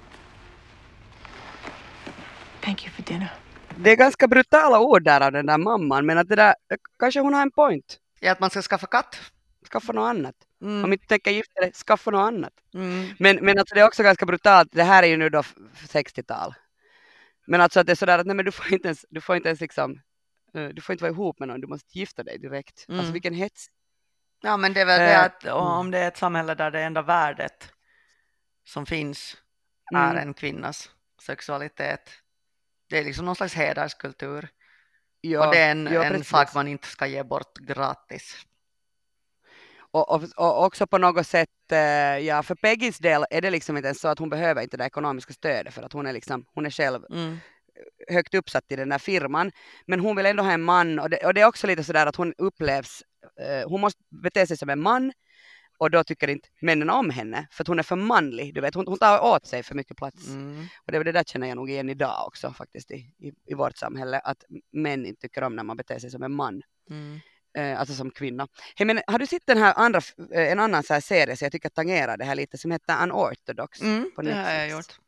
Speaker 3: Thank you for dinner.
Speaker 1: Det är ganska brutala ord där av den där mamman, men att det där, kanske hon har en point.
Speaker 2: Ja, att man ska skaffa katt.
Speaker 1: Skaffa något annat.
Speaker 2: Mm.
Speaker 1: Om inte tänker gifta dig, skaffa något annat.
Speaker 2: Mm.
Speaker 1: Men, men alltså det är också ganska brutalt. Det här är ju nu då sextiotal. Men alltså att det är sådär att nej, men du får inte ens, du får inte ens liksom, uh, du får inte vara ihop med någon, du måste gifta dig direkt.
Speaker 2: Mm.
Speaker 1: Alltså vilken hets.
Speaker 2: Ja, men det är väl
Speaker 1: uh,
Speaker 2: det att om det är ett samhälle där det enda värdet som finns är
Speaker 1: mm.
Speaker 2: en kvinnas sexualitet. Det är liksom någon slags hederskultur.
Speaker 1: Ja,
Speaker 2: och det är en,
Speaker 1: ja,
Speaker 2: en sak man inte ska ge bort gratis.
Speaker 1: Och, och, och också på något sätt, eh, ja, för Peggys del är det liksom inte ens så att hon behöver inte det ekonomiska stödet för att hon är liksom, hon är själv
Speaker 2: Mm.
Speaker 1: högt uppsatt i den här firman. Men hon vill ändå ha en man och det, och det är också lite sådär att hon upplevs, eh, hon måste bete sig som en man och då tycker inte männen om henne för att hon är för manlig. Du vet, hon, hon tar åt sig för mycket plats.
Speaker 2: Mm.
Speaker 1: Och det, det där känner jag nog igen idag också faktiskt i, i, i vårt samhälle att män inte tycker om när man beter sig som en man.
Speaker 2: Mm.
Speaker 1: Eh, alltså som kvinna. Hey, men har du sett den här andra, eh, en annan så här serie så jag tycker tangerar det här lite som heter Unorthodox
Speaker 2: Mm,
Speaker 1: på
Speaker 2: det
Speaker 1: Netflix?
Speaker 2: har jag gjort.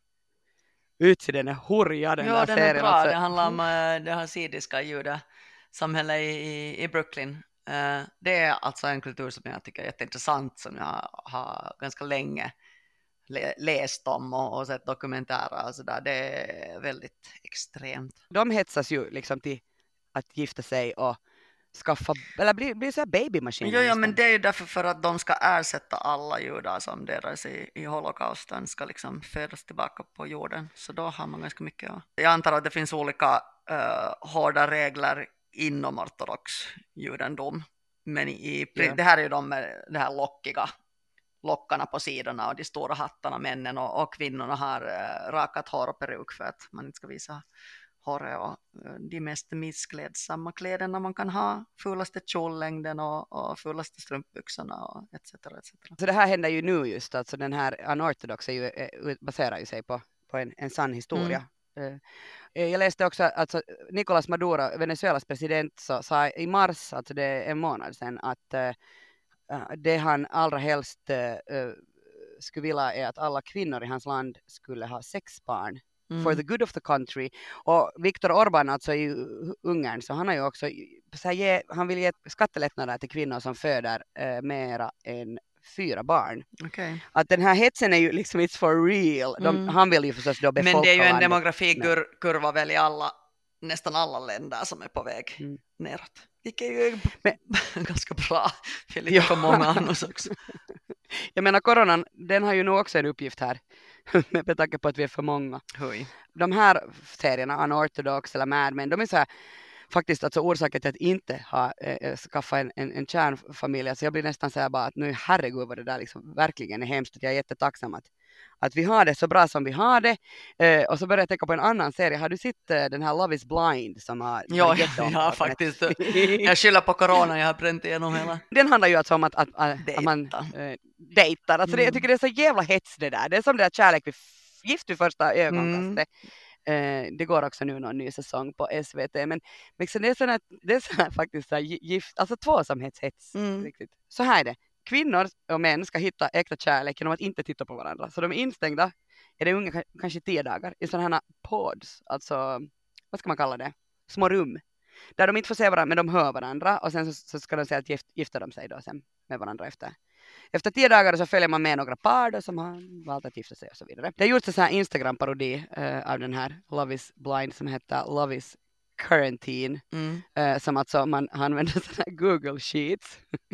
Speaker 1: Utse den är hurja den
Speaker 2: Ja,
Speaker 1: där
Speaker 2: den
Speaker 1: serien.
Speaker 2: är bra.
Speaker 1: Alltså.
Speaker 2: Det handlar om eh, det hasidiska judasamhället i, i, i Brooklyn. Eh, det är alltså en kultur som jag tycker är jätteintressant, som jag har ganska länge lä- läst om och, och sett dokumentärer och sådär. Det är väldigt extremt.
Speaker 1: De hetsas ju liksom till att gifta sig och skaffa, eller bli, bli så här babymaskiner.
Speaker 2: Jo, ja,
Speaker 1: nästan.
Speaker 2: men det är ju därför för att de ska ersätta alla judar som dödades i, i holokausten, ska liksom födas tillbaka på jorden. Så då har man ganska mycket. Ja. Jag antar att det finns olika uh, hårda regler inom ortodox judendom. Men i, i,
Speaker 1: Ja.
Speaker 2: det här är ju de med det här lockiga lockarna på sidorna och de stora hattarna, männen, och, och kvinnorna har uh, rakat hår och peruk för att man inte ska visa håret och uh, de mest missklädsamma kläderna man kan ha, fullaste kjollängden och, och fullaste strumpbyxorna och et cetera et cetera.
Speaker 1: Så det här händer ju nu just, alltså den här Unorthodox är ju, eh, baserar ju sig på, på en, en sann historia. Mm. Jag läste också att alltså, Nicolás Maduro, Venezuelas president, så, sa i mars, alltså det är en månad sedan, att uh, det han allra helst uh, skulle vilja är att alla kvinnor i hans land skulle ha sex barn. Mm. For the good of the country. Och Viktor Orbán, alltså i Ungern, så han har ju också så här, ge, han vill ge skattelättnader till kvinnor som föder uh, mera än fyra barn.
Speaker 2: Okay.
Speaker 1: Att den här hetsen är ju liksom it's for real. De,
Speaker 2: mm.
Speaker 1: Han vill ju förstås då befolka
Speaker 2: Men det är ju en
Speaker 1: landet.
Speaker 2: demografikurva väl i alla, nästan alla länder som är på väg mm. neråt. Vilket är ju men, ganska bra. Det är lite ja. för många annars också.
Speaker 1: Jag menar coronan, den har ju nog också en uppgift här. Med tanke på att vi är för många.
Speaker 2: Hui.
Speaker 1: De här serierna, Unorthodox eller Mad Men, de är så här faktiskt alltså orsaken till att inte ha äh, skaffat en, en, en kärnfamilj. Alltså jag blir nästan så här bara att nu herregud vad det där liksom verkligen är hemskt. Att jag är jättetacksam att, att vi har det så bra som vi har det. Äh, och så börjar jag tänka på en annan serie. Har du sett äh, den här Love is Blind som har...
Speaker 2: Ja, ja, ja faktiskt. Jag skyller på corona, jag har bränt igenom hela.
Speaker 1: Den handlar ju alltså om att, att, att, att man äh, dejtar. Alltså mm. det, jag tycker det är så jävla hets det där. Det är som det där kärlek vid gift vid första ögonkastet. Mm. Eh, det går också nu någon ny säsong på S V T, men liksom det är sådär, det är sådär faktiskt så här gift, alltså tvåsamhetshets mm. riktigt. Så här är det, kvinnor och män ska hitta äkta kärlek genom att inte titta på varandra, så de är instängda, är det unga kanske tio dagar i sådana här pods, alltså vad ska man kalla det, små rum där de inte får se varandra men de hör varandra och sen så, så ska de säga att gift, gifta de sig då sen med varandra efter Efter tio dagar så följer man med några par då, som har valt att gifta sig och så vidare. Det har gjorts en sån här Instagram-parodi uh, av den här Love is Blind som heter Love is Quarantine. Mm. Uh, som alltså man använder såna här Google Sheets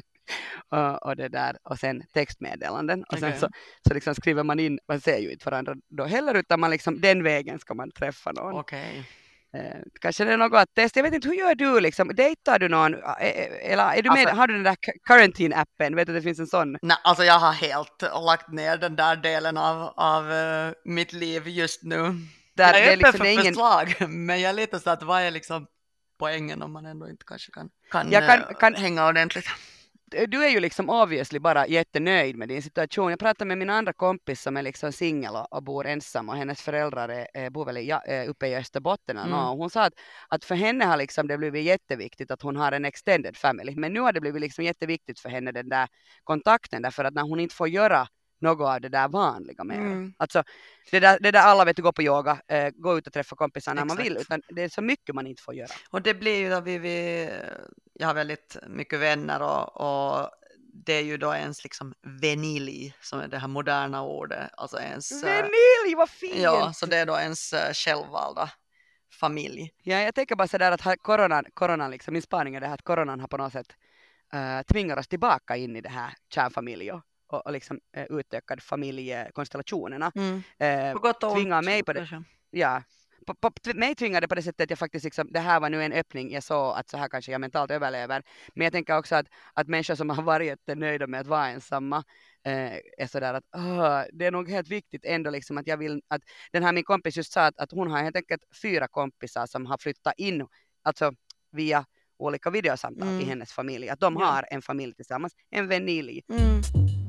Speaker 1: och, och det där och sen textmeddelanden. Och sen okay. så, så liksom skriver man in, man ser ju inte varandra då heller utan man liksom, den vägen ska man träffa någon.
Speaker 2: Okej. Okay.
Speaker 1: Eh, kanske det är något att testa. Jag vet inte, hur gör du liksom? Dejtar du någon? Eller är du med, alltså, har du den där quarantine-appen? Vet du att det finns en sån?
Speaker 2: Nej, alltså jag har helt lagt ner den där delen av, av uh, mitt liv just nu. Där, jag är öppen liksom, för ingen... förslag, men jag är lite så att vad är liksom poängen om man ändå inte kanske kan, kan, jag kan, uh, kan hänga ordentligt.
Speaker 1: Du är ju liksom obviously bara jättenöjd med din situation. Jag pratade med min andra kompis som är liksom singel och, och bor ensam och hennes föräldrar är, är, bor väl i, ja, uppe i Österbotten. Mm. Och hon sa att, att för henne har liksom det blivit jätteviktigt att hon har en extended family. Men nu har det blivit liksom jätteviktigt för henne den där kontakten därför att när hon inte får göra något av det där vanliga med. Mm. Alltså det där, det där alla vet att gå på yoga, äh, gå ut och träffa kompisar när Exakt. Man vill, utan det är så mycket man inte får göra.
Speaker 2: Och det blir ju då vi, vi jag har väldigt mycket vänner och, och det är ju då ens liksom venilj som är det här moderna ordet. Alltså ens,
Speaker 1: venilj, vad fint!
Speaker 2: Ja, så det är då ens självvalda familj.
Speaker 1: Ja, jag tänker bara sådär att coronan, coronan liksom, min spaning är det här att coronan har på något sätt äh, tvingar oss tillbaka in i det här kärnfamiljen. Och, och liksom eh, utökad familjekonstellationerna. Mm. Eh,
Speaker 2: på gott och
Speaker 1: tvingar
Speaker 2: ont,
Speaker 1: mig på det. Ja, på, på, mig tvingade på det sättet att jag faktiskt liksom, det här var nu en öppning, jag såg att så här kanske jag mentalt överlever, men jag tänker också att, att människor som har varit jättenöjda med att vara ensamma eh, är sådär att åh, det är nog helt viktigt ändå liksom att jag vill, att den här min kompis just sa att, att hon har helt enkelt fyra kompisar som har flyttat in, alltså via olika videosamtal mm. i hennes familj, att de ja. har en familj tillsammans, en vanilj. Mm.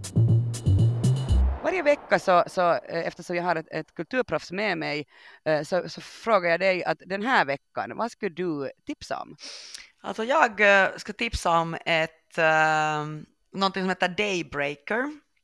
Speaker 1: Varje vecka så, så eftersom jag har ett, ett kulturproffs med mig så, så frågar jag dig att den här veckan, vad skulle du tipsa om?
Speaker 2: Alltså jag ska tipsa om ett uh, någonting som heter Daybreaker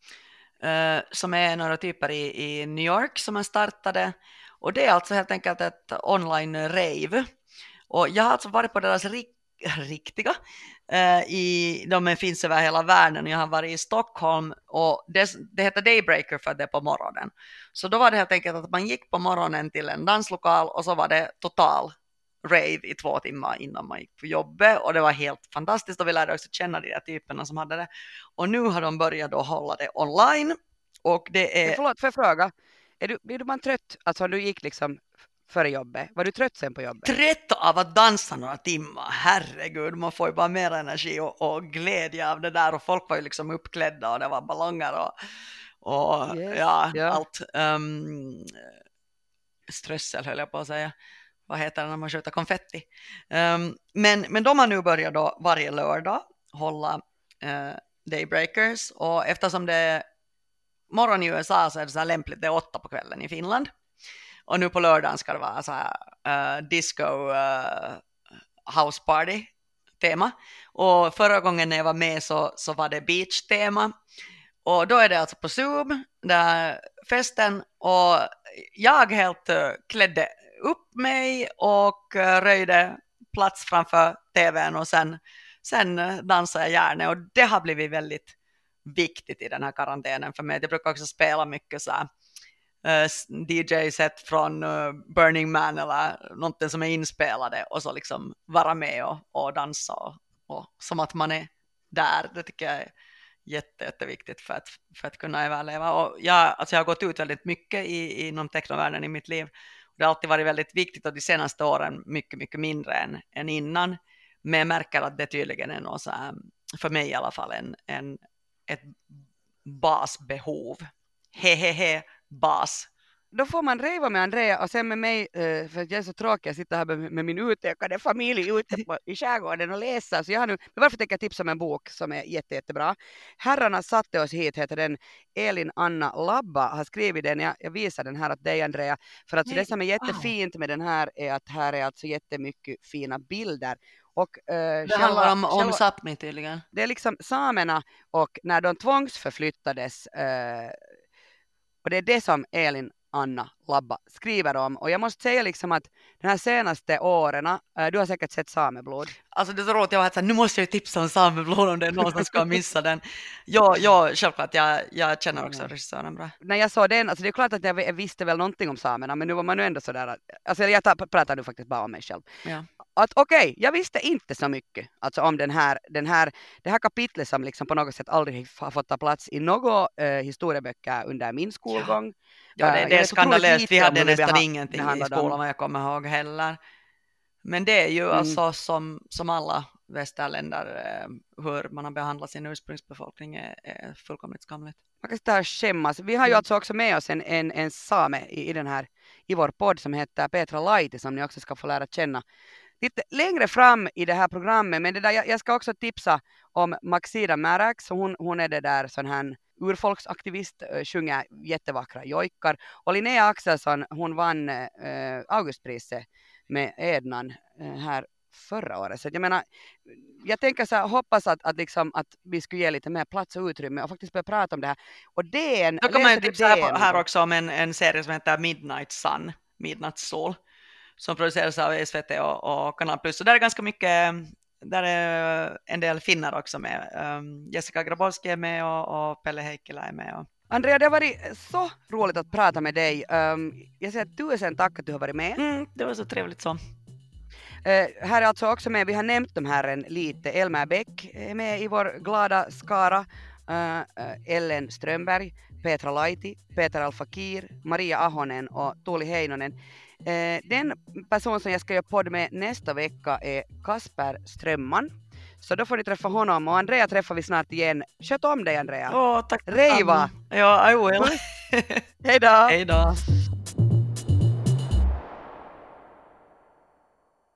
Speaker 2: uh, som är några typer i, i New York som man startade, och det är alltså helt enkelt ett online rave, och jag har alltså varit på deras rik- riktiga uh, i, de finns över hela världen. Jag har varit i Stockholm och det, det heter Daybreaker för att det är på morgonen, så då var det helt enkelt att man gick på morgonen till en danslokal och så var det total rave i två timmar innan man gick på jobbet, och det var helt fantastiskt, och vi lärde också känna de där typerna som hade det, och nu har de börjat då hålla det online, och det är...
Speaker 1: Förlåt, för jag fråga, är du, blir du man trött, alltså du gick liksom före jobbet, var du trött sen på jobbet?
Speaker 2: Trött av att dansa några timmar, herregud, man får ju bara mer energi och, och glädje av det där, och folk var ju liksom uppklädda och det var ballonger och, och yes, ja, yeah. allt um, strössel höll jag på att säga. Vad heter det när man skjuter konfetti? Um, men, men de har nu börjat då varje lördag hålla uh, Daybreakers, och eftersom det är morgon i U S A så är det så här lämpligt, det är åtta på kvällen i Finland. Och nu på lördagen ska det vara så här uh, disco uh, house party tema. Och förra gången när jag var med så, så var det beach tema. Och då är det alltså på Zoom, där festen, och jag helt uh, klädde upp mig och uh, röjde plats framför tvn, och sen, sen uh, dansade jag gärna, och det har blivit väldigt viktigt i den här karantänen för mig. Jag brukar också spela mycket så här uh, D J-set från uh, Burning Man eller någonting som är inspelade, och så liksom vara med och, och dansa och, och som att man är där. Det tycker jag är jätte, jätteviktigt för att, för att kunna överleva. Och jag, alltså jag har gått ut väldigt mycket i, inom teknovärlden i mitt liv. Det har alltid varit väldigt viktigt, och de senaste åren mycket, mycket mindre än, än innan. Men jag märker att det tydligen är något så här, för mig i alla fall, en, en, ett basbehov. Hehehe, bas.
Speaker 1: Då får man reva med Andrea och sen med mig, för att jag är så tråkig, jag sitter här med, med min utökade familj ute på, i skärgården och läser. Så jag har nu, men varför tänker jag tipsa om en bok som är jätte, jättebra. Herrarna satte oss hit, heter den. Elin Anna Labba har skrivit den. Jag, jag visar den här åt dig, Andrea. För att det som är jättefint med den här är att här är alltså jättemycket fina bilder. Och, uh,
Speaker 2: det själva, handlar om, om själva, Sápmi tydligen.
Speaker 1: Det är liksom samerna, och när de tvångsförflyttades, uh, och det är det som Elin Anna Labba skriver om. Och jag måste säga liksom att den här senaste åren, äh, du har säkert sett Sameblod.
Speaker 2: Alltså det är så roligt, jag var att nu måste jag tipsa om Sameblod om det är någon som ska missa den. Ja, ja, självklart, jag, jag känner också regissören bra.
Speaker 1: När jag såg den, alltså det är klart att jag visste väl någonting om samerna, men nu var man ju ändå sådär, alltså jag tar, pratar nu faktiskt bara om mig själv.
Speaker 2: Ja.
Speaker 1: Att okej, okay, jag visste inte så mycket alltså om den här, den här, det här kapitlet som liksom på något sätt aldrig har fått ta plats i några äh, historieböcker under min skolgång.
Speaker 2: Ja. Ja, det, det är skandalöst. Vi hade nästan ingenting i skolan vad jag kommer ihåg heller. Men det är ju mm. alltså som, som alla västerländer, eh, hur man har behandlat sin ursprungsbefolkning är, är fullkomligt skamligt.
Speaker 1: Man kan sitta och skämmas. Vi har ju mm. alltså också med oss en, en, en same i, i, den här, i vår podd som heter Petra Laiti, som ni också ska få lära känna lite längre fram i det här programmet. Men det där, jag, jag ska också tipsa om Maxida Märäx. Hon, hon är det där sån här urfolksaktivist, sjunger jättevackra jojkar. Och Linnea Axelsson, hon vann äh, Augustpriset med Ednan äh, här förra året. Så jag menar, jag tänker så här, hoppas att, att, liksom, att vi skulle ge lite mer plats och utrymme och faktiskt börja prata om det här. Och det är en...
Speaker 2: Då kan man ju tipsa här, här också om en, en serie som heter Midnight Sun, Midnattssol, som produceras av S V T och, och Kanal Plus. Så där är ganska mycket... Där är en del finnar också med. Um, Jessica Grabowski är med och, och Pelle Heikkilä är med. Och...
Speaker 1: Andrea, det har varit så roligt att prata med dig. Um, jag säger tusen tack att du har varit med.
Speaker 2: Mm, det var så trevligt så.
Speaker 1: Uh, här är alltså också med, vi har nämnt de här en lite. Elmer Bäck är med i vår glada skara. Uh, uh, Ellen Strömberg Petra Laiti, Peter Alfakir, Maria Ahonen och Tuuli Heinonen. Eh, den person som jag ska göra podd med nästa vecka är Kasper Strömman. Så då får ni träffa honom och Andrea träffar vi snart igen. Sköt om dig Andrea.
Speaker 2: Åh, tack.
Speaker 1: Reiva.
Speaker 2: Ja, I will.
Speaker 1: Hej då.
Speaker 2: Hej då.